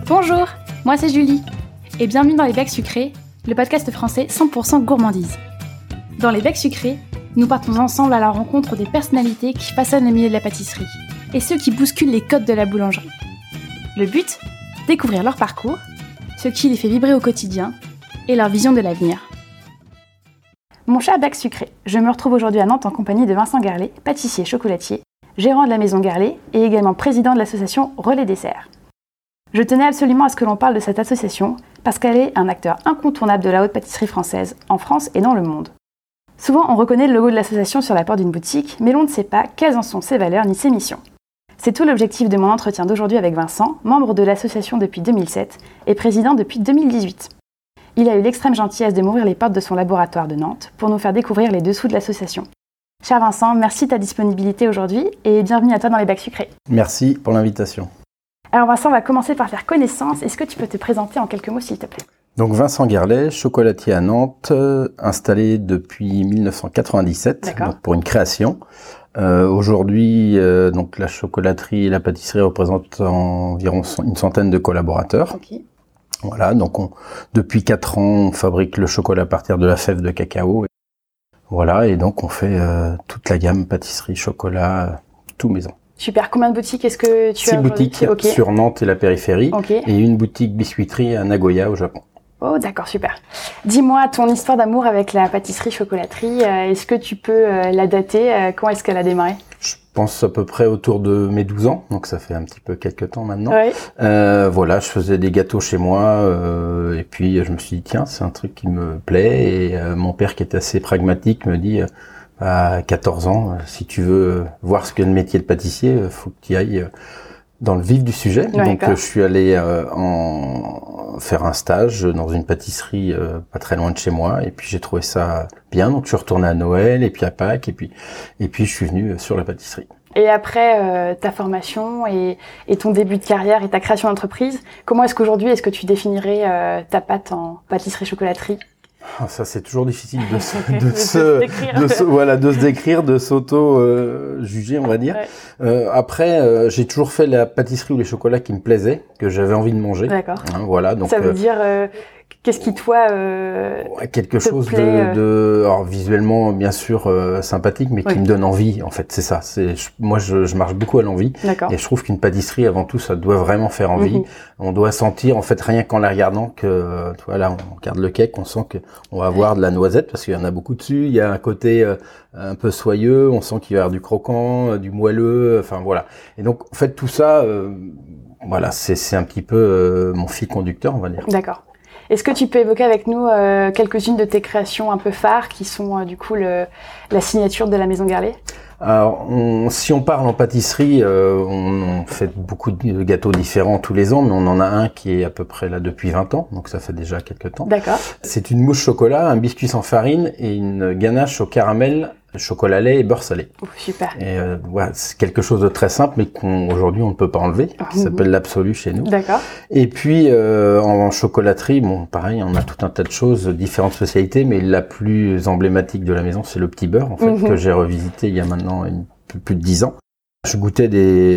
Bonjour, moi c'est Julie, et bienvenue dans Les Becs Sucrés, le podcast français 100% gourmandise. Dans Les Becs Sucrés, nous partons ensemble à la rencontre des personnalités qui façonnent le milieu de la pâtisserie, et ceux qui bousculent les codes de la boulangerie. Le but ? Découvrir leur parcours, ce qui les fait vibrer au quotidien, et leur vision de l'avenir. Mon cher Bec Sucré, je me retrouve aujourd'hui à Nantes en compagnie de Vincent Garlet, pâtissier chocolatier, gérant de la maison Garlet et également président de l'association Relais Dessert. Je tenais absolument à ce que l'on parle de cette association parce qu'elle est un acteur incontournable de la haute pâtisserie française, en France et dans le monde. Souvent, on reconnaît le logo de l'association sur la porte d'une boutique, mais l'on ne sait pas quelles en sont ses valeurs ni ses missions. C'est tout l'objectif de mon entretien d'aujourd'hui avec Vincent, membre de l'association depuis 2007 et président depuis 2018. Il a eu l'extrême gentillesse de m'ouvrir les portes de son laboratoire de Nantes pour nous faire découvrir les dessous de l'association. Cher Vincent, merci de ta disponibilité aujourd'hui et bienvenue à toi dans les Becs Sucrés. Merci pour l'invitation. Alors Vincent, on va commencer par faire connaissance. Est-ce que tu peux te présenter en quelques mots s'il te plaît ? Donc Vincent Garlet, chocolatier à Nantes, installé depuis 1997 donc pour une création. Aujourd'hui, donc la chocolaterie et la pâtisserie représentent environ une centaine de collaborateurs. Okay. Voilà, donc depuis 4 ans, on fabrique le chocolat à partir de la fève de cacao. Voilà, et donc on fait toute la gamme pâtisserie, chocolat, tout maison. Super. Combien de boutiques est-ce que tu as ? 6 boutiques sur Nantes et la périphérie, et une boutique biscuiterie à Nagoya au Japon. Oh, d'accord, super. Dis-moi ton histoire d'amour avec la pâtisserie-chocolaterie. Est-ce que tu peux la dater ? Quand est-ce qu'elle a démarré ? Je pense à peu près autour de mes 12 ans, donc ça fait un petit peu quelques temps maintenant. Oui. Voilà, je faisais des gâteaux chez moi, et puis je me suis dit tiens, c'est un truc qui me plaît, et mon père qui était assez pragmatique me dit à 14 ans, si tu veux voir ce qu'est le métier de pâtissier, faut que tu y ailles dans le vif du sujet. Ouais, donc je suis allé faire un stage dans une pâtisserie pas très loin de chez moi, et puis j'ai trouvé ça bien, donc je suis retourné à Noël et puis à Pâques, et puis je suis venu sur la pâtisserie. Et après ta formation et ton début de carrière et ta création d'entreprise, comment est-ce qu'aujourd'hui tu définirais ta pâte en pâtisserie-chocolaterie ? Ça, c'est toujours difficile de se décrire, de s'auto-juger, on va dire. Ouais. Après, j'ai toujours fait la pâtisserie ou les chocolats qui me plaisaient, que j'avais envie de manger. D'accord. Voilà, donc ça veut dire qu'est-ce qui toi quelque chose plaît, alors visuellement bien sûr sympathique, mais qui me donne envie. En fait, c'est ça. Moi, je marche beaucoup à l'envie. D'accord. Et je trouve qu'une pâtisserie, avant tout, ça doit vraiment faire envie. On doit sentir, en fait, rien qu'en la regardant, que tu vois, là, on regarde le cake, on sent que on va avoir de la noisette parce qu'il y en a beaucoup dessus. Il y a un côté un peu soyeux. On sent qu'il va y avoir du croquant, du moelleux. Enfin voilà. Et donc, en fait, tout ça, voilà, c'est un petit peu mon fil conducteur, on va dire. D'accord. Est-ce que tu peux évoquer avec nous quelques-unes de tes créations un peu phares qui sont du coup la signature de la maison Garlet ? Alors, si on parle en pâtisserie, on fait beaucoup de gâteaux différents tous les ans, mais on en a un qui est à peu près là depuis 20 ans, donc ça fait déjà quelques temps. D'accord. C'est une mousse chocolat, un biscuit sans farine et une ganache au caramel, chocolat lait et beurre salé. Oh, super. Et voilà, c'est quelque chose de très simple, mais qu'aujourd'hui on ne peut pas enlever. Ça s'appelle l'absolu chez nous. D'accord. Et puis en chocolaterie, bon, pareil, on a tout un tas de choses, différentes spécialités, mais la plus emblématique de la maison, c'est le petit beurre, en fait, que j'ai revisité il y a maintenant plus de 10 ans. Je goûtais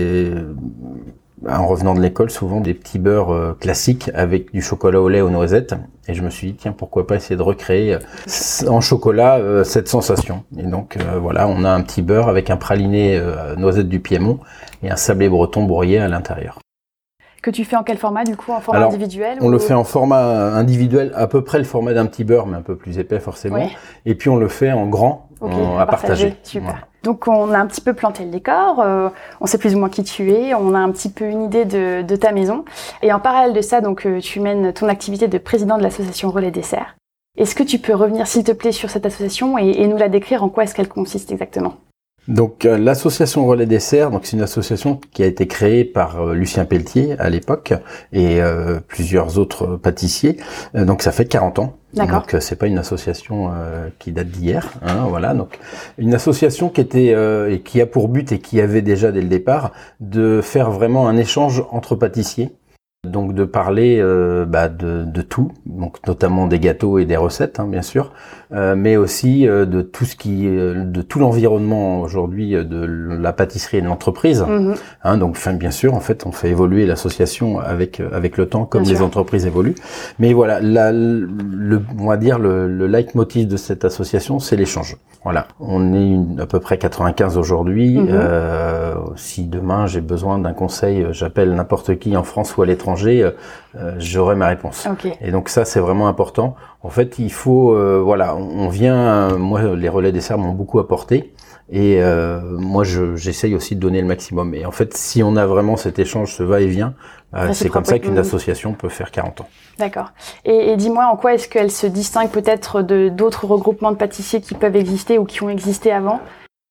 en revenant de l'école, souvent des petits beurres classiques avec du chocolat au lait aux noisettes. Et je me suis dit, tiens, pourquoi pas essayer de recréer en chocolat cette sensation. Et donc, voilà, on a un petit beurre avec un praliné noisette du Piémont et un sablé breton broyé à l'intérieur. Que tu fais en quel format, du coup, en format individuel ? On le fait en format individuel, à peu près le format d'un petit beurre, mais un peu plus épais forcément. Oui. Et puis on le fait en grand, à partager. Super. Voilà. Donc on a un petit peu planté le décor, on sait plus ou moins qui tu es, on a un petit peu une idée de ta maison. Et en parallèle de ça, donc tu mènes ton activité de président de l'association Relais Dessert. Est-ce que tu peux revenir, s'il te plaît, sur cette association et nous la décrire, en quoi est-ce qu'elle consiste exactement ? Donc l'association Relais Dessert, donc c'est une association qui a été créée par Lucien Pelletier à l'époque et plusieurs autres pâtissiers. Donc ça fait 40 ans. D'accord. Donc c'est pas une association qui date d'hier, voilà. Donc une association qui était et qui a pour but et qui avait déjà dès le départ de faire vraiment un échange entre pâtissiers. Donc de parler de tout, donc notamment des gâteaux et des recettes, bien sûr, mais aussi de tout ce de tout l'environnement aujourd'hui de la pâtisserie et de l'entreprise. Donc bien sûr, en fait, on fait évoluer l'association avec le temps, comme les entreprises évoluent. Mais voilà, on va dire le leitmotiv de cette association, c'est l'échange. Voilà, on est à peu près 95 aujourd'hui. Si demain j'ai besoin d'un conseil, j'appelle n'importe qui en France ou à l'étranger, j'aurai ma réponse. Et donc ça, c'est vraiment important. En fait, il faut, on vient. Moi, les relais desserts m'ont beaucoup apporté. Et moi, j'essaye aussi de donner le maximum. Et en fait, si on a vraiment cet échange, ce va-et-vient, c'est comme ça qu'une association peut faire 40 ans. D'accord. Et dis-moi, en quoi est-ce qu'elle se distingue peut-être d'autres regroupements de pâtissiers qui peuvent exister ou qui ont existé avant ?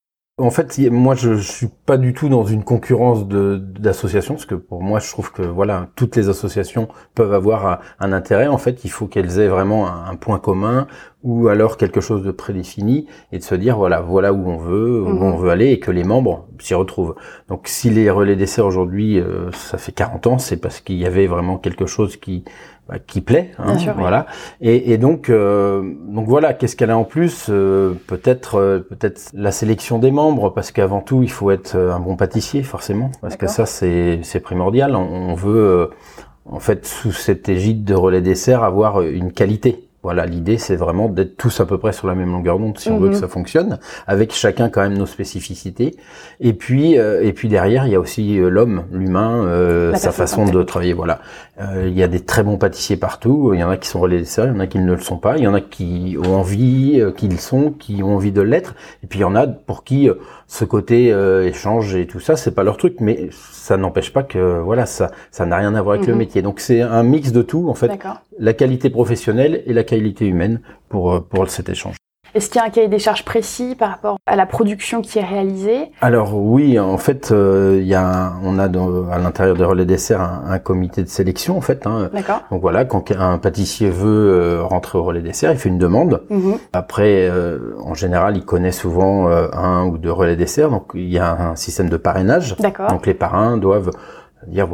En fait, moi, je suis pas du tout dans une concurrence d'associations, parce que pour moi, je trouve que toutes les associations peuvent avoir un intérêt. En fait, il faut qu'elles aient vraiment un point commun, ou alors quelque chose de prédéfini, et de se dire voilà où on veut aller, et que les membres s'y retrouvent. Donc, si les relais desserts aujourd'hui, ça fait 40 ans, c'est parce qu'il y avait vraiment quelque chose qui plaît, voilà. Et donc voilà, qu'est-ce qu'elle a en plus, peut-être la sélection des membres, parce qu'avant tout il faut être un bon pâtissier forcément, parce que ça c'est primordial. On veut en fait, sous cette égide de relais dessert, avoir une qualité. Voilà, l'idée c'est vraiment d'être tous à peu près sur la même longueur d'onde si on veut que ça fonctionne, avec chacun quand même nos spécificités. Et puis derrière il y a aussi l'homme, l'humain, sa façon de travailler. Voilà, il y a des très bons pâtissiers partout. Il y en a qui sont relais desserts, il y en a qui ne le sont pas. Il y en a qui ont envie, qui ont envie de l'être. Et puis il y en a pour qui ce côté échange et tout ça, c'est pas leur truc, mais ça n'empêche pas que ça n'a rien à voir avec le métier. Donc c'est un mix de tout en fait. La qualité professionnelle et la qualité humaine pour cet échange. Est-ce qu'il y a un cahier des charges précis par rapport à la production qui est réalisée ? Alors oui, en fait, on a à l'intérieur des relais desserts un comité de sélection en fait. D'accord. Donc voilà, quand un pâtissier veut rentrer au relais dessert, il fait une demande. Après, en général, il connaît souvent un ou deux relais desserts. Donc il y a un système de parrainage. D'accord. Donc les parrains doivent dire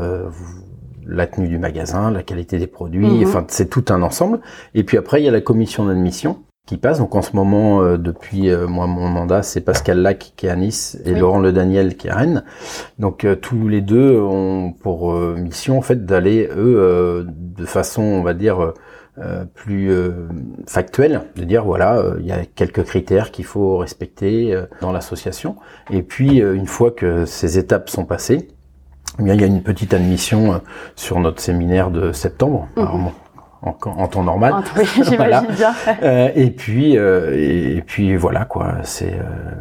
la tenue du magasin, la qualité des produits, enfin c'est tout un ensemble. Et puis après il y a la commission d'admission qui passe. Donc en ce moment, depuis moi mon mandat, c'est Pascal Lac qui est à Nice et Laurent Le Daniel qui est à Rennes. Donc tous les deux ont pour mission en fait d'aller de façon on va dire plus factuelle, de dire il y a quelques critères qu'il faut respecter dans l'association. Et puis une fois que ces étapes sont passées, il y a une petite admission sur notre séminaire de septembre. Alors, en temps normal. Oui, j'imagine bien. Et puis voilà quoi. C'est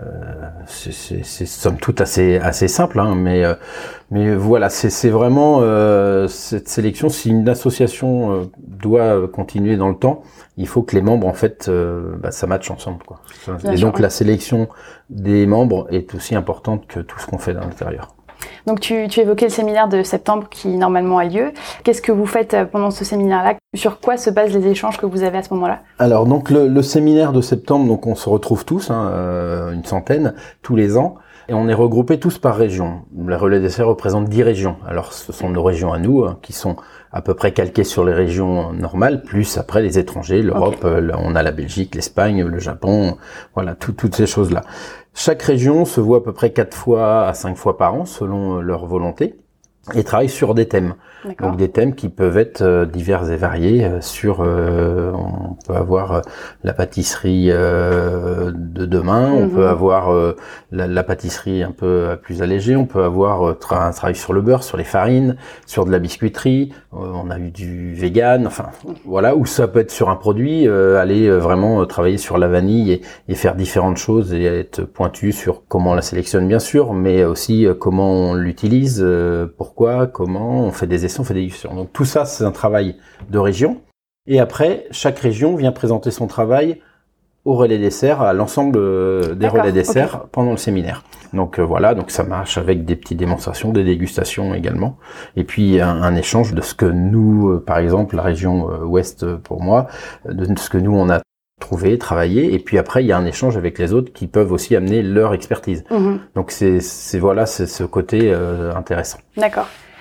somme toute assez simple, mais voilà, c'est vraiment cette sélection. Si une association doit continuer dans le temps, il faut que les membres en fait ça matche ensemble quoi. Et donc la sélection des membres est aussi importante que tout ce qu'on fait dans l'intérieur. Donc tu évoquais le séminaire de septembre qui normalement a lieu. Qu'est-ce que vous faites pendant ce séminaire-là ? Sur quoi se basent les échanges que vous avez à ce moment-là ? Alors donc le séminaire de septembre, donc on se retrouve tous, une centaine, tous les ans. Et on est regroupés tous par région. Les relais desserts représentent 10 régions. Alors ce sont nos régions à nous, qui sont à peu près calquées sur les régions normales, plus après les étrangers, l'Europe, on a la Belgique, l'Espagne, le Japon, voilà, toutes ces choses-là. Chaque région se voit à peu près 4 fois à 5 fois par an, selon leur volonté, et travaille sur des thèmes. Donc des thèmes qui peuvent être divers et variés. On peut avoir la pâtisserie de demain, on peut avoir la pâtisserie un peu plus allégée, on peut avoir un travail sur le beurre, sur les farines, sur de la biscuiterie, on a eu du vegan, enfin voilà, ou ça peut être sur un produit, aller vraiment travailler sur la vanille et faire différentes choses et être pointu sur comment on la sélectionne bien sûr, mais aussi comment on l'utilise, pourquoi, comment on fait des essais, on fait des dégustations. Donc tout ça, c'est un travail de région. Et après, chaque région vient présenter son travail au relais dessert, à l'ensemble des relais dessert pendant le séminaire. Donc voilà, donc ça marche avec des petites démonstrations, des dégustations également. Et puis un échange de ce que nous, par exemple, la région ouest pour moi, de ce que nous on a trouvé, travaillé. Et puis après, il y a un échange avec les autres qui peuvent aussi amener leur expertise. Donc c'est ce côté intéressant. D'accord.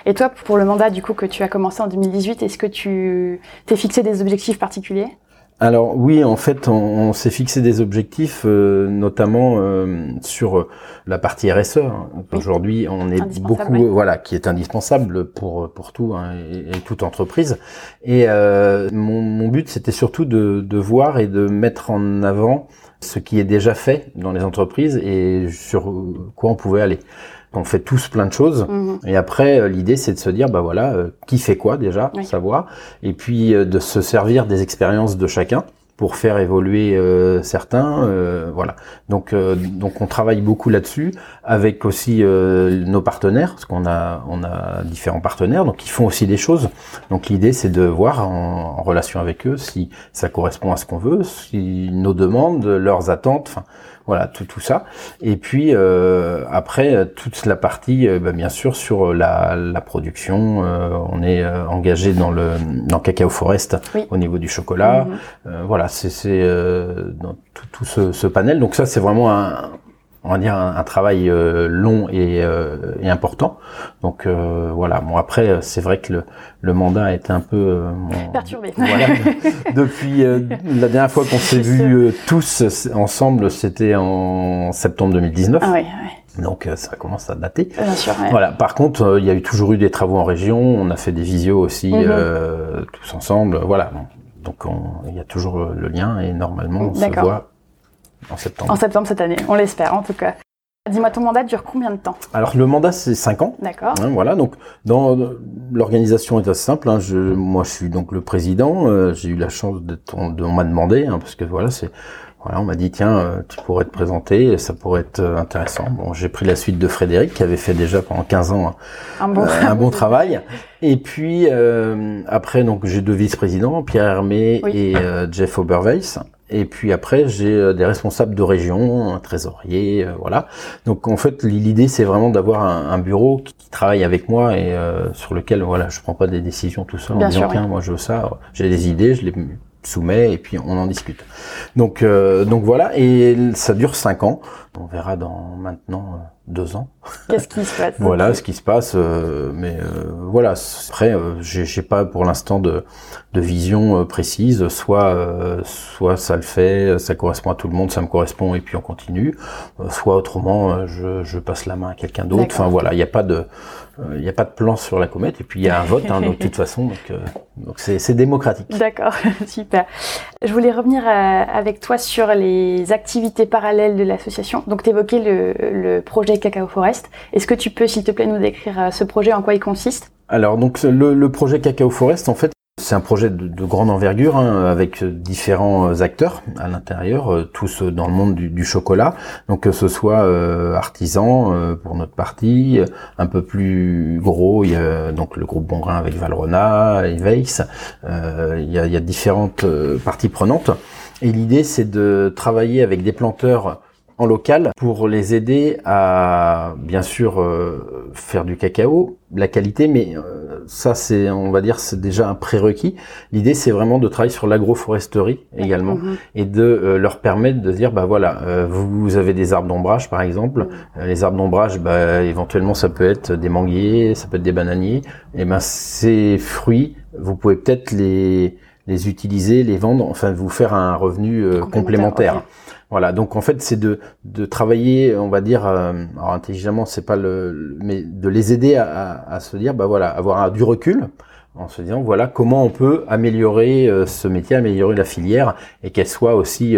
Et toi, pour le mandat du coup que tu as commencé en 2018, est-ce que tu t'es fixé des objectifs particuliers ? Alors oui, en fait, on s'est fixé des objectifs, notamment sur la partie RSE. Oui. Aujourd'hui, on est beaucoup, qui est indispensable pour tout et toute entreprise. Et mon but, c'était surtout de voir et de mettre en avant ce qui est déjà fait dans les entreprises et sur quoi on pouvait aller. On fait tous plein de choses, et après l'idée c'est de se dire qui fait quoi déjà, savoir, et puis de se servir des expériences de chacun pour faire évoluer certains, voilà. Donc on travaille beaucoup là-dessus avec aussi nos partenaires, parce qu'on a différents partenaires, donc ils font aussi des choses. Donc l'idée c'est de voir en relation avec eux si ça correspond à ce qu'on veut, si nos demandes, leurs attentes, enfin voilà, tout ça. Et puis après toute la partie bien sûr sur la production, on est engagé dans Cacao Forest au niveau du chocolat. Voilà, c'est dans tout ce panel. Donc ça c'est vraiment un travail long et important. Donc voilà. Bon après c'est vrai que le mandat a été un peu perturbé. Voilà. Depuis la dernière fois qu'on s'est vus tous ensemble, c'était en septembre 2019. Ah oui. Donc ça commence à dater. Bien sûr. Ouais. Voilà. Par contre, il y a eu toujours eu des travaux en région. On a fait des visios aussi tous ensemble. Voilà. Donc il y a toujours le lien et normalement on se voit en septembre. En septembre cette année, on l'espère en tout cas. Dis-moi, ton mandat dure combien de temps ? Alors le mandat c'est 5 ans. D'accord. Voilà, donc l'organisation est assez simple. Moi je suis donc le président. J'ai eu la chance on m'a demandé parce que on m'a dit tiens tu pourrais te présenter, ça pourrait être intéressant. Bon, j'ai pris la suite de Frédéric qui avait fait déjà pendant 15 ans un bon travail. Et puis après donc j'ai 2 vice-présidents, Pierre Hermé et Jeff Oberweis. Et puis après, j'ai des responsables de région, un trésorier, voilà. Donc en fait, l'idée c'est vraiment d'avoir un bureau qui travaille avec moi et sur lequel je prends pas des décisions tout seul en disant tiens, moi je veux ça, j'ai des idées, je les soumets et puis on en discute. Donc voilà, et ça dure 5 ans. On verra dans maintenant 2 ans. Qu'est-ce qui se passe ? Voilà ce qui se passe, mais voilà. Après, j'ai pas pour l'instant de vision précise. Soit ça le fait, ça correspond à tout le monde, ça me correspond et puis on continue. Soit autrement, je passe la main à quelqu'un d'autre. D'accord. Enfin voilà, il y a pas de plan sur la comète et puis il y a un vote donc de toute façon donc c'est démocratique. D'accord, super. Je voulais revenir avec toi sur les activités parallèles de l'association. Donc tu évoquais le projet Cacao Forest. Est-ce que tu peux s'il te plaît nous décrire ce projet, en quoi il consiste ? Alors donc le projet Cacao Forest en fait c'est un projet de grande envergure avec différents acteurs à l'intérieur, tous dans le monde du chocolat. Donc que ce soit artisans pour notre partie, un peu plus gros, il y a donc le groupe Bongrain avec Valrhona, Eveix, il y a différentes parties prenantes. Et l'idée c'est de travailler avec des planteurs en local pour les aider à bien sûr faire du cacao, la qualité, mais ça c'est c'est déjà un prérequis. L'idée c'est vraiment de travailler sur l'agroforesterie également et de leur permettre de dire vous avez des arbres d'ombrage par exemple, les arbres d'ombrage éventuellement ça peut être des manguiers, ça peut être des bananiers, et ces fruits vous pouvez peut-être les utiliser, les vendre, enfin vous faire un revenu complémentaire. Okay. Voilà, donc en fait c'est de travailler, alors intelligemment c'est pas mais de les aider à se dire avoir du recul en se disant comment on peut améliorer ce métier, améliorer la filière et qu'elle soit aussi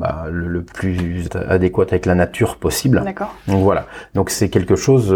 le plus adéquate avec la nature possible. D'accord. Donc voilà, donc c'est quelque chose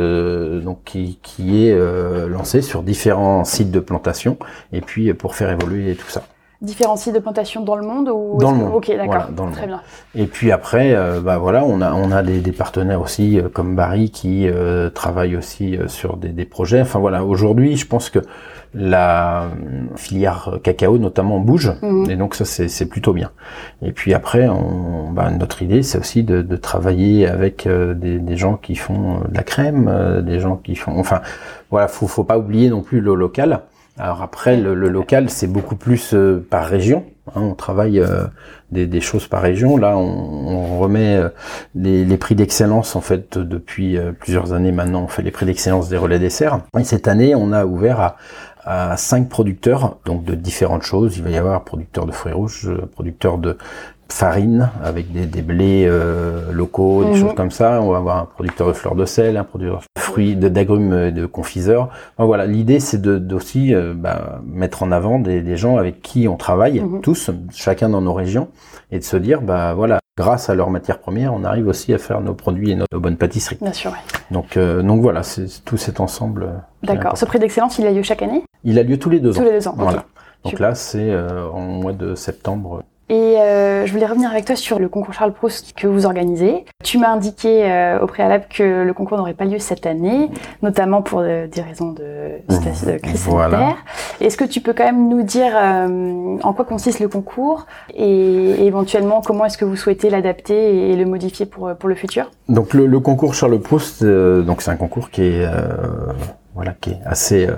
qui est lancé sur différents sites de plantation et puis pour faire évoluer tout ça. Différents sites de plantation dans le monde ou dans le monde. Ok, d'accord. Voilà, dans le Très monde. bien. Et puis après, on a des partenaires aussi comme Barry qui travaillent aussi sur des projets. Enfin voilà, aujourd'hui, je pense que la filière cacao notamment bouge et donc ça c'est plutôt bien. Et puis après, notre idée c'est aussi de travailler avec des gens qui font de la crème, des gens qui font. Enfin voilà, faut pas oublier non plus le local. Alors après, le local, c'est beaucoup plus par région. On travaille des choses par région. Là, on remet les prix d'excellence, en fait, depuis plusieurs années maintenant. On fait les prix d'excellence des relais desserts. Et cette année, on a ouvert à 5 producteurs, donc de différentes choses. Il va y avoir producteurs de fruits rouges, producteurs de farine avec des blés locaux, des choses comme ça. On va avoir un producteur de fleurs de sel, un producteur de fruits, d'agrumes, de confiseurs. Donc voilà, l'idée c'est d'aussi mettre en avant des gens avec qui on travaille tous, chacun dans nos régions, et de se dire voilà, grâce à leurs matières premières, on arrive aussi à faire nos produits et nos bonnes pâtisseries. Bien sûr. Oui. Donc voilà, c'est tout cet ensemble. D'accord. Ce prix d'excellence, il a lieu chaque année ? Il a lieu tous les 2 ans. Tous les 2 ans. Voilà. Okay. Donc Super. là, c'est en mois de septembre. Et je voulais revenir avec toi sur le concours Charles Proust que vous organisez. Tu m'as indiqué au préalable que le concours n'aurait pas lieu cette année, notamment pour des raisons de crise sanitaire. Est-ce que tu peux quand même nous dire en quoi consiste le concours et éventuellement comment est-ce que vous souhaitez l'adapter et le modifier pour le futur ? Donc le concours Charles Proust, donc c'est un concours qui est qui est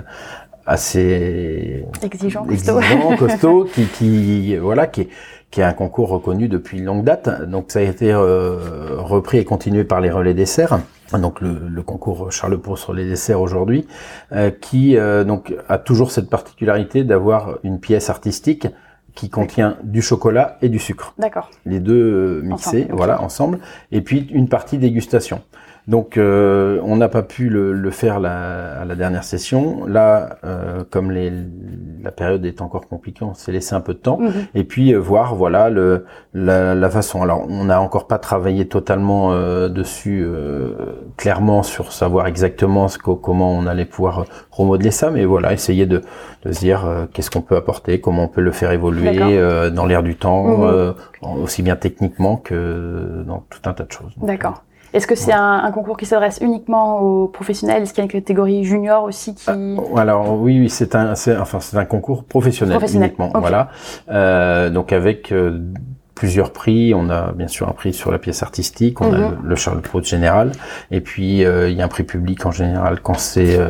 assez exigeant, costaud, qui est un concours reconnu depuis une longue date. Donc ça a été repris et continué par les relais desserts. Donc le concours Charles Proust sur les desserts aujourd'hui, qui donc a toujours cette particularité d'avoir une pièce artistique qui contient du chocolat et du sucre. D'accord. Les deux mixés, ensemble. Et puis une partie dégustation. Donc on n'a pas pu le faire à la dernière session. Là, comme la période est encore compliquée, on s'est laissé un peu de temps. Et puis voir la façon. Alors on n'a encore pas travaillé totalement dessus clairement sur savoir exactement comment on allait pouvoir remodeler ça, mais voilà, essayer de se dire qu'est-ce qu'on peut apporter, comment on peut le faire évoluer dans l'air du temps, aussi bien techniquement que dans tout un tas de choses. D'accord. Est-ce que c'est un concours qui s'adresse uniquement aux professionnels ? Est-ce qu'il y a une catégorie junior aussi qui... Alors oui, c'est un concours professionnel. Uniquement. Okay. Voilà. Donc avec plusieurs prix, on a bien sûr un prix sur la pièce artistique, on a le Charles Proust général, et puis il y a un prix public en général quand c'est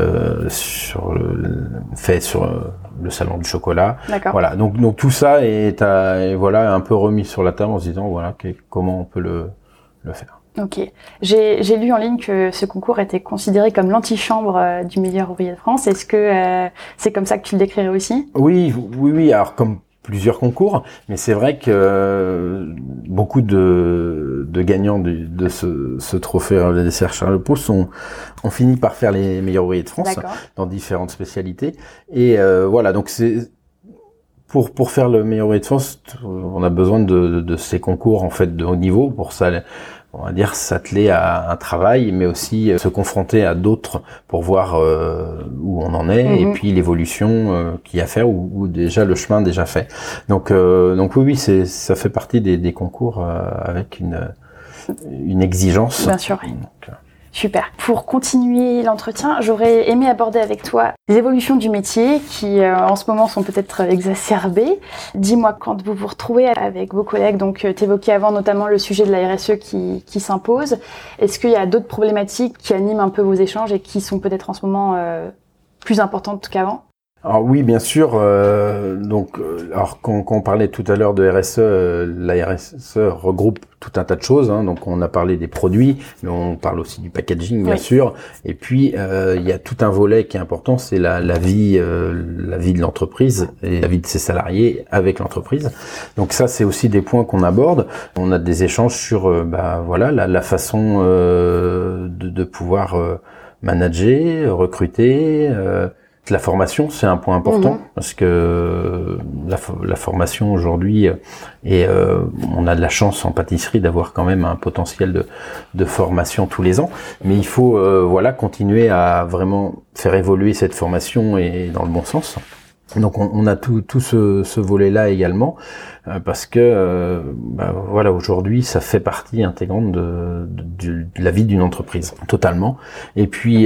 fait sur le salon du chocolat. D'accord. Voilà. Donc tout ça est un peu remis sur la table en se disant comment on peut le faire. Ok. J'ai lu en ligne que ce concours était considéré comme l'antichambre du meilleur ouvrier de France. Est-ce que c'est comme ça que tu le décrirais aussi ? Oui. Alors comme plusieurs concours, mais c'est vrai que beaucoup de gagnants de ce trophée le dessert Charles Proust ont fini par faire les meilleurs ouvriers de France dans différentes spécialités. Et donc c'est pour faire le meilleur ouvrier de France, on a besoin de ces concours en fait de haut niveau pour ça. On va dire s'atteler à un travail, mais aussi se confronter à d'autres pour voir où on en est et puis l'évolution qu'il y a à faire ou déjà le chemin déjà fait. Donc oui, ça fait partie des concours avec une exigence. Bien sûr. Super. Pour continuer l'entretien, j'aurais aimé aborder avec toi les évolutions du métier qui, en ce moment, sont peut-être exacerbées. Dis-moi, quand vous vous retrouvez avec vos collègues, donc t'évoquais avant notamment le sujet de la RSE qui s'impose, est-ce qu'il y a d'autres problématiques qui animent un peu vos échanges et qui sont peut-être en ce moment plus importantes qu'avant ? Alors oui, bien sûr. Alors quand on parlait tout à l'heure de RSE, la RSE regroupe tout un tas de choses. Donc on a parlé des produits, mais on parle aussi du packaging, bien sûr. Et puis il y a tout un volet qui est important, c'est la vie de l'entreprise et la vie de ses salariés avec l'entreprise. Donc ça, c'est aussi des points qu'on aborde. On a des échanges sur la façon de pouvoir manager, recruter. La formation, c'est un point important parce que la formation aujourd'hui on a de la chance en pâtisserie d'avoir quand même un potentiel de formation tous les ans, mais il faut continuer à vraiment faire évoluer cette formation et dans le bon sens. Donc on a tout ce volet-là également parce que aujourd'hui ça fait partie intégrante de la vie d'une entreprise totalement. Et puis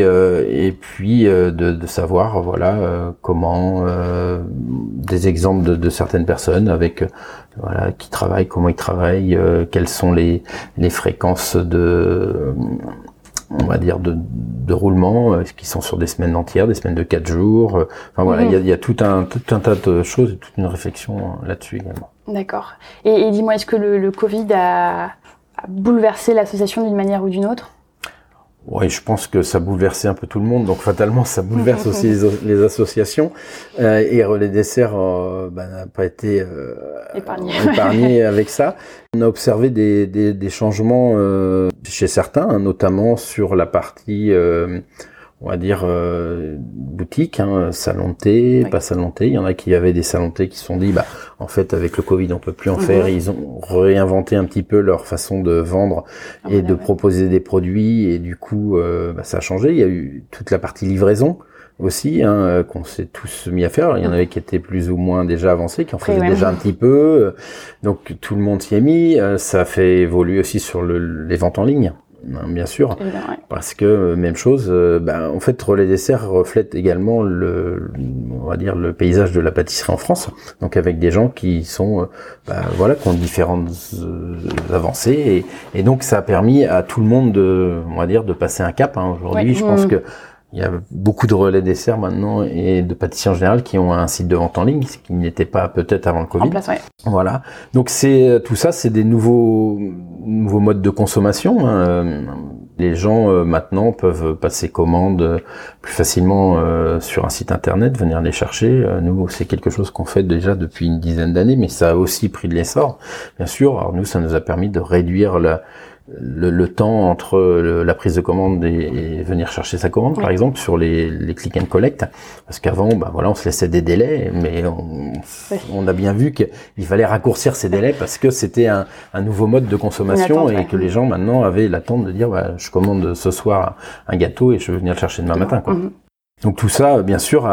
de savoir comment des exemples de certaines personnes avec qui travaillent, comment ils travaillent, quelles sont les fréquences on va dire de roulement, qui sont sur des semaines entières, des semaines de 4 jours. Enfin voilà, il y a tout un tas de choses et toute une réflexion là-dessus également. D'accord. Et dis-moi, est-ce que le Covid a bouleversé l'association d'une manière ou d'une autre ? Oui, je pense que ça bouleversait un peu tout le monde, donc fatalement ça bouleverse aussi les associations. Et Relais Dessert n'a pas été épargné avec ça. On a observé des changements chez certains, hein, notamment sur la partie, on va dire, boutique, hein, salon de thé, pas salon de thé. Il y en a qui avaient des salons de thé qui se sont dit, en fait, avec le Covid, on peut plus en faire. Ils ont réinventé un petit peu leur façon de vendre et de proposer des produits. Et du coup, ça a changé. Il y a eu toute la partie livraison aussi, hein, qu'on s'est tous mis à faire. Alors, il y en avait qui étaient plus ou moins déjà avancés, qui en faisaient déjà un petit peu. Donc, tout le monde s'y est mis. Ça a fait évoluer aussi sur les ventes en ligne. Bien sûr, parce que même chose, en fait, Relais Dessert reflète également on va dire le paysage de la pâtisserie en France. Donc avec des gens qui sont, qui ont différentes avancées, et donc ça a permis à tout le monde de passer un cap. Hein. Aujourd'hui, je pense que il y a beaucoup de Relais Dessert maintenant et de pâtissiers en général qui ont un site de vente en ligne, ce qui n'était pas peut-être avant le Covid. En place, Voilà. Donc tout ça, c'est des nouveaux modes de consommation. Hein. Les gens maintenant peuvent passer commande plus facilement sur un site internet, venir les chercher. Nous, c'est quelque chose qu'on fait déjà depuis une dizaine d'années, mais ça a aussi pris de l'essor, bien sûr. Alors nous, ça nous a permis de réduire le temps entre la prise de commande et venir chercher sa commande, par exemple, sur les click and collect, parce qu'avant, on se laissait des délais, mais on a bien vu qu'il fallait raccourcir ces délais parce que c'était un nouveau mode de consommation et que les gens maintenant avaient l'attente de dire je commande ce soir un gâteau et je veux venir le chercher demain matin, quoi. Donc tout ça, bien sûr, il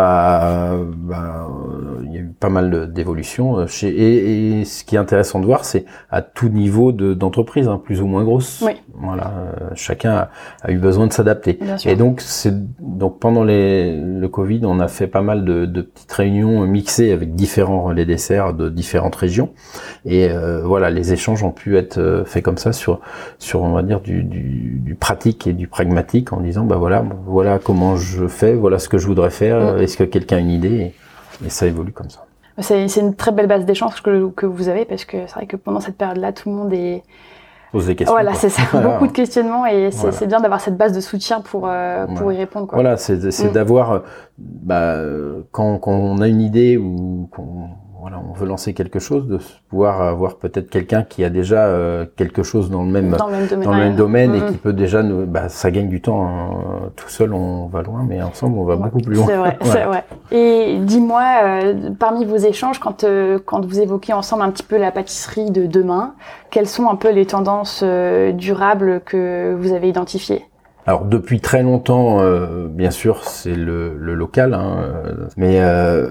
y a eu pas mal d'évolutions. Et ce qui est intéressant de voir, c'est à tout niveau d'entreprise, hein, plus ou moins grosse. Oui. Voilà, chacun a eu besoin de s'adapter. Et donc pendant le Covid, on a fait pas mal de petites réunions mixées avec différents Relais Dessert de différentes régions. Et les échanges ont pu être faits comme ça sur on va dire du pratique et du pragmatique, en disant voilà comment je fais, voilà ce que je voudrais faire, est-ce que quelqu'un a une idée, et ça évolue comme ça. C'est une très belle base d'échange que vous avez, parce que c'est vrai que pendant cette période-là, tout le monde pose des questions. Voilà, c'est ça, beaucoup de questionnements, et c'est bien d'avoir cette base de soutien pour y répondre, quoi. Voilà, c'est d'avoir, quand on a une idée ou on veut lancer quelque chose, de pouvoir avoir peut-être quelqu'un qui a déjà quelque chose dans le même domaine et qui peut déjà ça gagne du temps, hein. Tout seul on va loin, mais ensemble on va beaucoup plus loin. C'est vrai, c'est vrai. Et dis-moi, parmi vos échanges, quand vous évoquez ensemble un petit peu la pâtisserie de demain, quelles sont un peu les tendances durables que vous avez identifiées ? Alors depuis très longtemps, bien sûr, c'est le local, hein, mais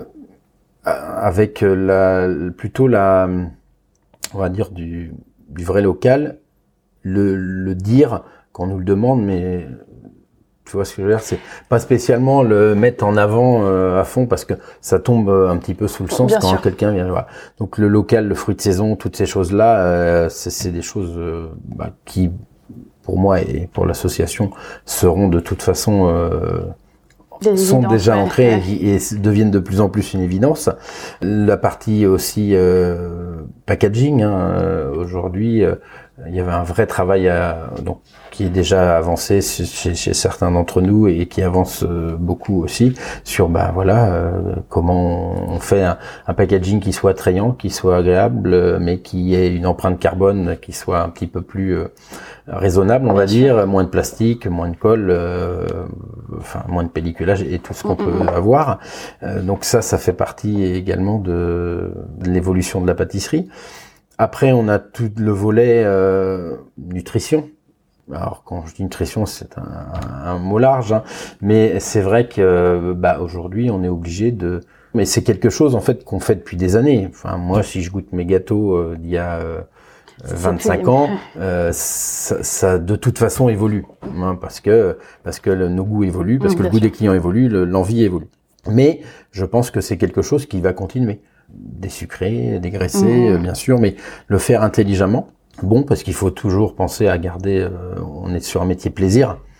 avec plutôt on va dire du vrai local, le dire quand on nous le demande, mais tu vois ce que je veux dire, c'est pas spécialement le mettre en avant à fond, parce que ça tombe un petit peu sous le sens quand quelqu'un vient voir. Donc le local, le fruit de saison, toutes ces choses-là, c'est des choses qui, pour moi et pour l'association, seront de toute façon sont déjà ancrés et deviennent de plus en plus une évidence. La partie aussi packaging, hein, aujourd'hui, il y avait un vrai travail qui est déjà avancé chez certains d'entre nous et qui avance beaucoup aussi sur comment on fait un packaging qui soit attrayant, qui soit agréable, mais qui ait une empreinte carbone qui soit un petit peu plus raisonnable, on va dire, moins de plastique, moins de colle, moins de pelliculage et tout ce qu'on peut avoir. Donc ça fait partie également de l'évolution de la pâtisserie. Après, on a tout le volet nutrition. Alors, quand je dis nutrition, c'est un mot large, hein, mais c'est vrai que aujourd'hui, on est obligé de... Mais c'est quelque chose, en fait, qu'on fait depuis des années. Enfin, moi, si je goûte mes gâteaux d'il y a 25 ans, ça de toute façon évolue, hein, parce que nos goûts évoluent, parce que le goût des clients évolue, l'envie évolue. Mais je pense que c'est quelque chose qui va continuer. Désucrer, dégraisser, bien sûr, mais le faire intelligemment. Bon, parce qu'il faut toujours penser à garder, on est sur un métier plaisir.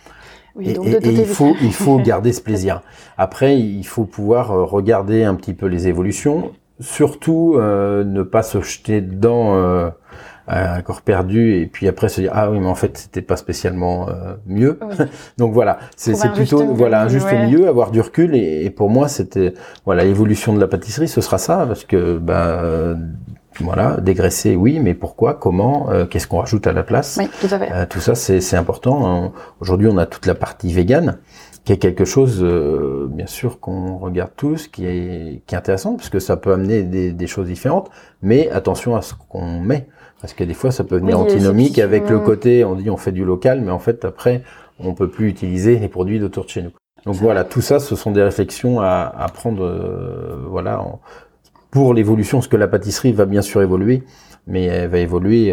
Oui, donc et il faut garder ce plaisir. Après, il faut pouvoir regarder un petit peu les évolutions, surtout ne pas se jeter dedans à corps perdu et puis après se dire ah oui mais en fait c'était pas spécialement mieux. Oui. Donc voilà, c'est plutôt un juste milieu, avoir du recul et pour moi c'était l'évolution de la pâtisserie, ce sera ça parce que dégraisser, oui, mais pourquoi, comment, qu'est-ce qu'on rajoute à la place? Oui, tout à fait. Tout ça, c'est important. Aujourd'hui, on a toute la partie végane, qui est quelque chose, bien sûr, qu'on regarde tous, qui est intéressant, parce que ça peut amener des choses différentes, mais attention à ce qu'on met, parce que des fois, ça peut venir antinomique avec le côté, on dit on fait du local, mais en fait, après, on peut plus utiliser les produits d'autour de chez nous. Donc voilà, tout ça, ce sont des réflexions à prendre, pour l'évolution, parce que la pâtisserie va bien sûr évoluer, mais elle va évoluer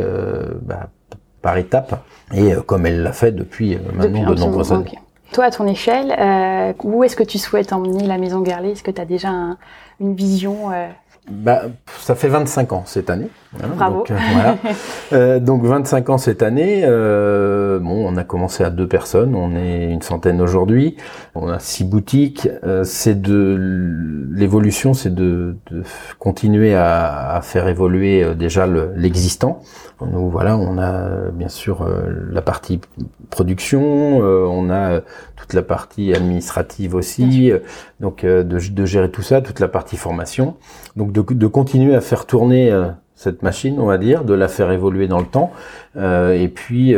par étapes, et comme elle l'a fait depuis maintenant de nombreuses années. Okay. Toi, à ton échelle, où est-ce que tu souhaites emmener la Maison Guerlet? Est-ce que tu as déjà une vision ça fait 25 ans cette année. Hein, bravo. Donc, donc 25 ans cette année. On a commencé à 2 personnes, on est une centaine aujourd'hui. On a 6 boutiques. L'évolution, c'est de continuer à faire évoluer déjà l'existant. Nous on a bien sûr la partie production, on a toute la partie administrative aussi, donc de gérer tout ça, toute la partie formation. Donc de continuer à faire tourner cette machine, on va dire, de la faire évoluer dans le temps, et puis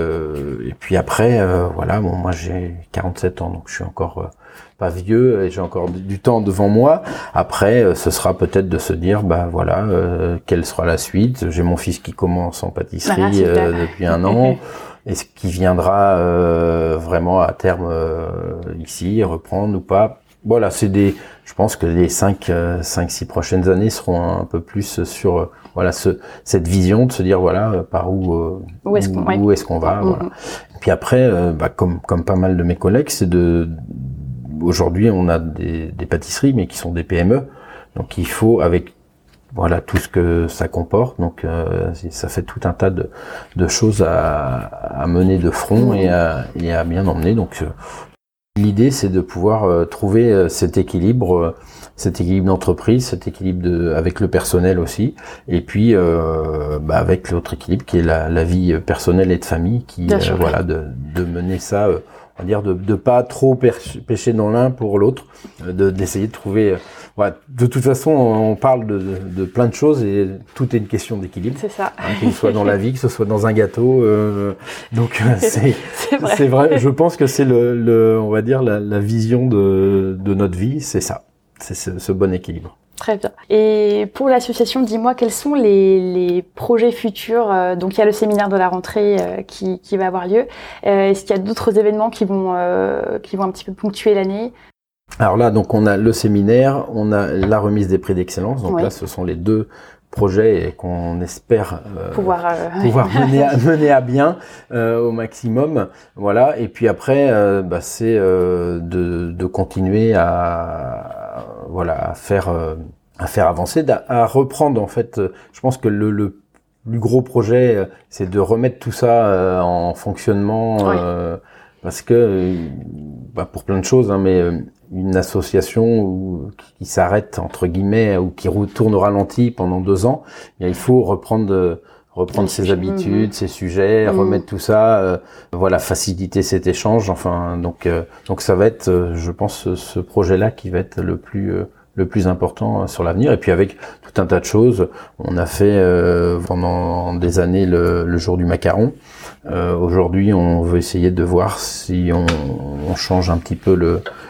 après, moi j'ai 47 ans, donc je suis encore pas vieux et j'ai encore du temps devant moi. Après, ce sera peut-être de se dire, quelle sera la suite. J'ai mon fils qui commence en pâtisserie depuis 1 an. Et ce qui viendra vraiment à terme ici, reprendre ou pas. Voilà, je pense que les 5-6 prochaines années seront un peu plus sur cette vision de se dire par où est-ce qu'on va. Voilà. Et puis après, comme pas mal de mes collègues, c'est aujourd'hui on a des pâtisseries mais qui sont des PME, donc il faut avec tout ce que ça comporte, donc ça fait tout un tas de choses à mener de front et à bien emmener. Donc l'idée c'est de pouvoir trouver cet équilibre d'entreprise, cet équilibre avec le personnel aussi, et puis avec l'autre équilibre qui est la vie personnelle et de famille, qui de mener ça. On va dire de pas trop pêcher dans l'un pour l'autre, d'essayer de trouver. De toute façon, on parle de plein de choses et tout est une question d'équilibre. C'est ça. Qu'il soit dans la vie, que ce soit dans un gâteau. Donc c'est vrai. Je pense que c'est on va dire la vision de notre vie, c'est ça. C'est ce bon équilibre. Très bien. Et pour l'association, dis-moi, quels sont les projets futurs? Donc, il y a le séminaire de la rentrée qui va avoir lieu. Est-ce qu'il y a d'autres événements qui vont un petit peu ponctuer l'année? Alors là, donc on a le séminaire, on a la remise des prix d'excellence. Donc là, ce sont les 2 projets qu'on espère pouvoir mener à bien au maximum. Voilà. Et puis après, c'est de continuer à faire avancer, à reprendre en fait. Je pense que le plus gros projet, c'est de remettre tout ça en fonctionnement, parce que pour plein de choses, mais une association qui s'arrête entre guillemets ou qui tourne au ralenti pendant 2 ans, il faut reprendre ses habitudes, ses sujets, remettre tout ça, faciliter cet échange. Enfin, donc ça va être, je pense, ce projet-là qui va être le plus important sur l'avenir. Et puis avec tout un tas de choses, on a fait pendant des années le jour du macaron. Aujourd'hui, on veut essayer de voir si on change un petit peu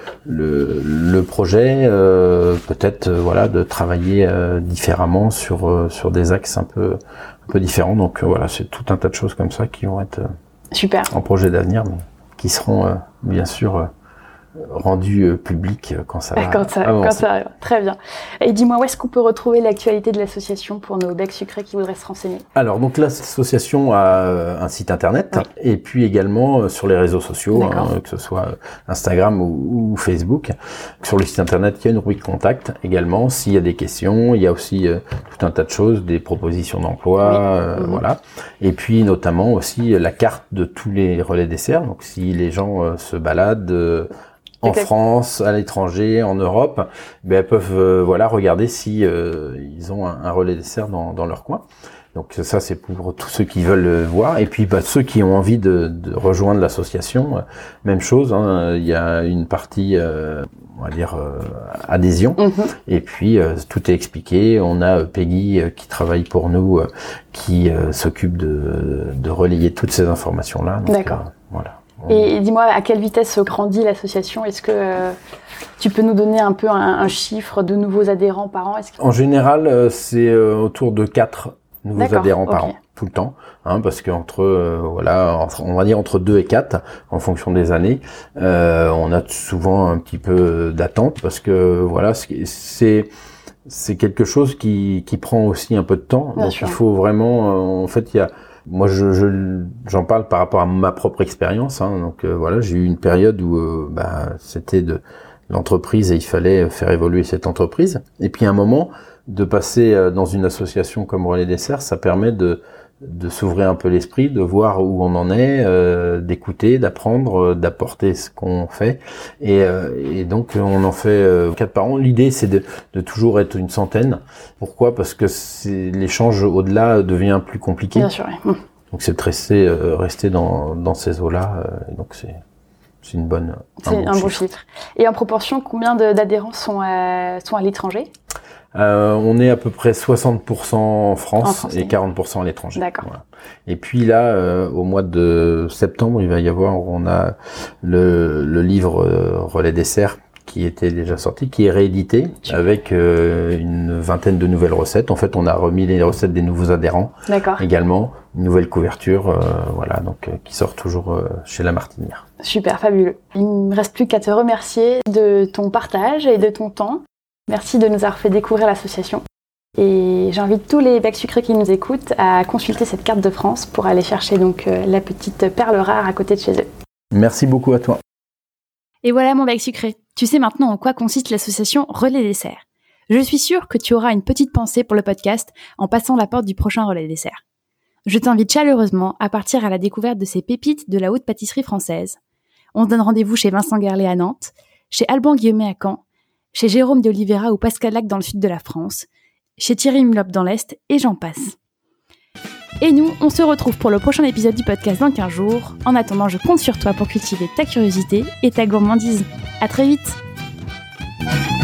le projet, peut-être de travailler différemment sur des axes un peu différents. Donc c'est tout un tas de choses comme ça qui vont être super en projet d'avenir, mais qui seront bien sûr rendu public quand ça va quand ça arrive. Très bien. Et dis-moi, où est-ce qu'on peut retrouver l'actualité de l'association pour nos becs sucrés qui voudraient se renseigner? Alors, donc l'association a un site internet, oui. Et puis également sur les réseaux sociaux, que ce soit Instagram ou Facebook. Sur le site internet, il y a une rubrique contact également. S'il y a des questions, il y a aussi tout un tas de choses, des propositions d'emploi, oui. Voilà. Et puis notamment aussi la carte de tous les relais desserts. Donc si les gens se baladent en France, à l'étranger, en Europe, elles peuvent regarder si ils ont un relais dessert dans leur coin. Donc ça, c'est pour tous ceux qui veulent voir. Et puis ceux qui ont envie de rejoindre l'association, même chose. Il y a une partie, on va dire, adhésion. Et puis tout est expliqué. On a Peggy qui travaille pour nous, qui s'occupe de relayer toutes ces informations-là. Donc, d'accord. Voilà. Et dis-moi, à quelle vitesse grandit l'association? Est-ce que tu peux nous donner un peu un chiffre de nouveaux adhérents par an? En général, c'est autour de 4 nouveaux adhérents par an, tout le temps, parce qu'entre on va dire entre 2 et 4 en fonction des années. On a souvent un petit peu d'attente parce que c'est quelque chose qui prend aussi un peu de temps. Bien donc sûr. Il faut vraiment, en fait, moi, j'en parle par rapport à ma propre expérience. Donc j'ai eu une période où c'était de l'entreprise et il fallait faire évoluer cette entreprise. Et puis à un moment, de passer dans une association comme Relais Dessert, ça permet de s'ouvrir un peu l'esprit, de voir où on en est, d'écouter, d'apprendre, d'apporter ce qu'on fait. Et donc on en fait 4 par an. L'idée, c'est de toujours être une centaine. Pourquoi ? Parce que l'échange au-delà devient plus compliqué. Bien sûr, oui. Donc c'est de rester dans ces eaux-là. Donc c'est une bonne. C'est un bon chiffre. Et en proportion, combien d'adhérents sont à l'étranger ? On est à peu près 60% en France et 40% à l'étranger. D'accord. Voilà. Et puis là, au mois de septembre, il va y avoir, on a le livre Relais Dessert qui était déjà sorti, qui est réédité avec une vingtaine de nouvelles recettes. En fait, on a remis les recettes des nouveaux adhérents. D'accord. Également, une nouvelle couverture, qui sort toujours chez La Martinière. Super, fabuleux. Il ne me reste plus qu'à te remercier de ton partage et de ton temps. Merci de nous avoir fait découvrir l'association. Et j'invite tous les becs sucrés qui nous écoutent à consulter cette carte de France pour aller chercher donc la petite perle rare à côté de chez eux. Merci beaucoup à toi. Et voilà mon bec sucré. Tu sais maintenant en quoi consiste l'association Relais Dessert. Je suis sûre que tu auras une petite pensée pour le podcast en passant la porte du prochain Relais Dessert. Je t'invite chaleureusement à partir à la découverte de ces pépites de la haute pâtisserie française. On se donne rendez-vous chez Vincent Guerlet à Nantes, chez Alban Guillemet à Caen, chez Jérôme de Oliveira ou Pascal Lac dans le sud de la France, chez Thierry Mlop dans l'Est, et j'en passe. Et nous, on se retrouve pour le prochain épisode du podcast dans 15 jours. En attendant, je compte sur toi pour cultiver ta curiosité et ta gourmandise. À très vite!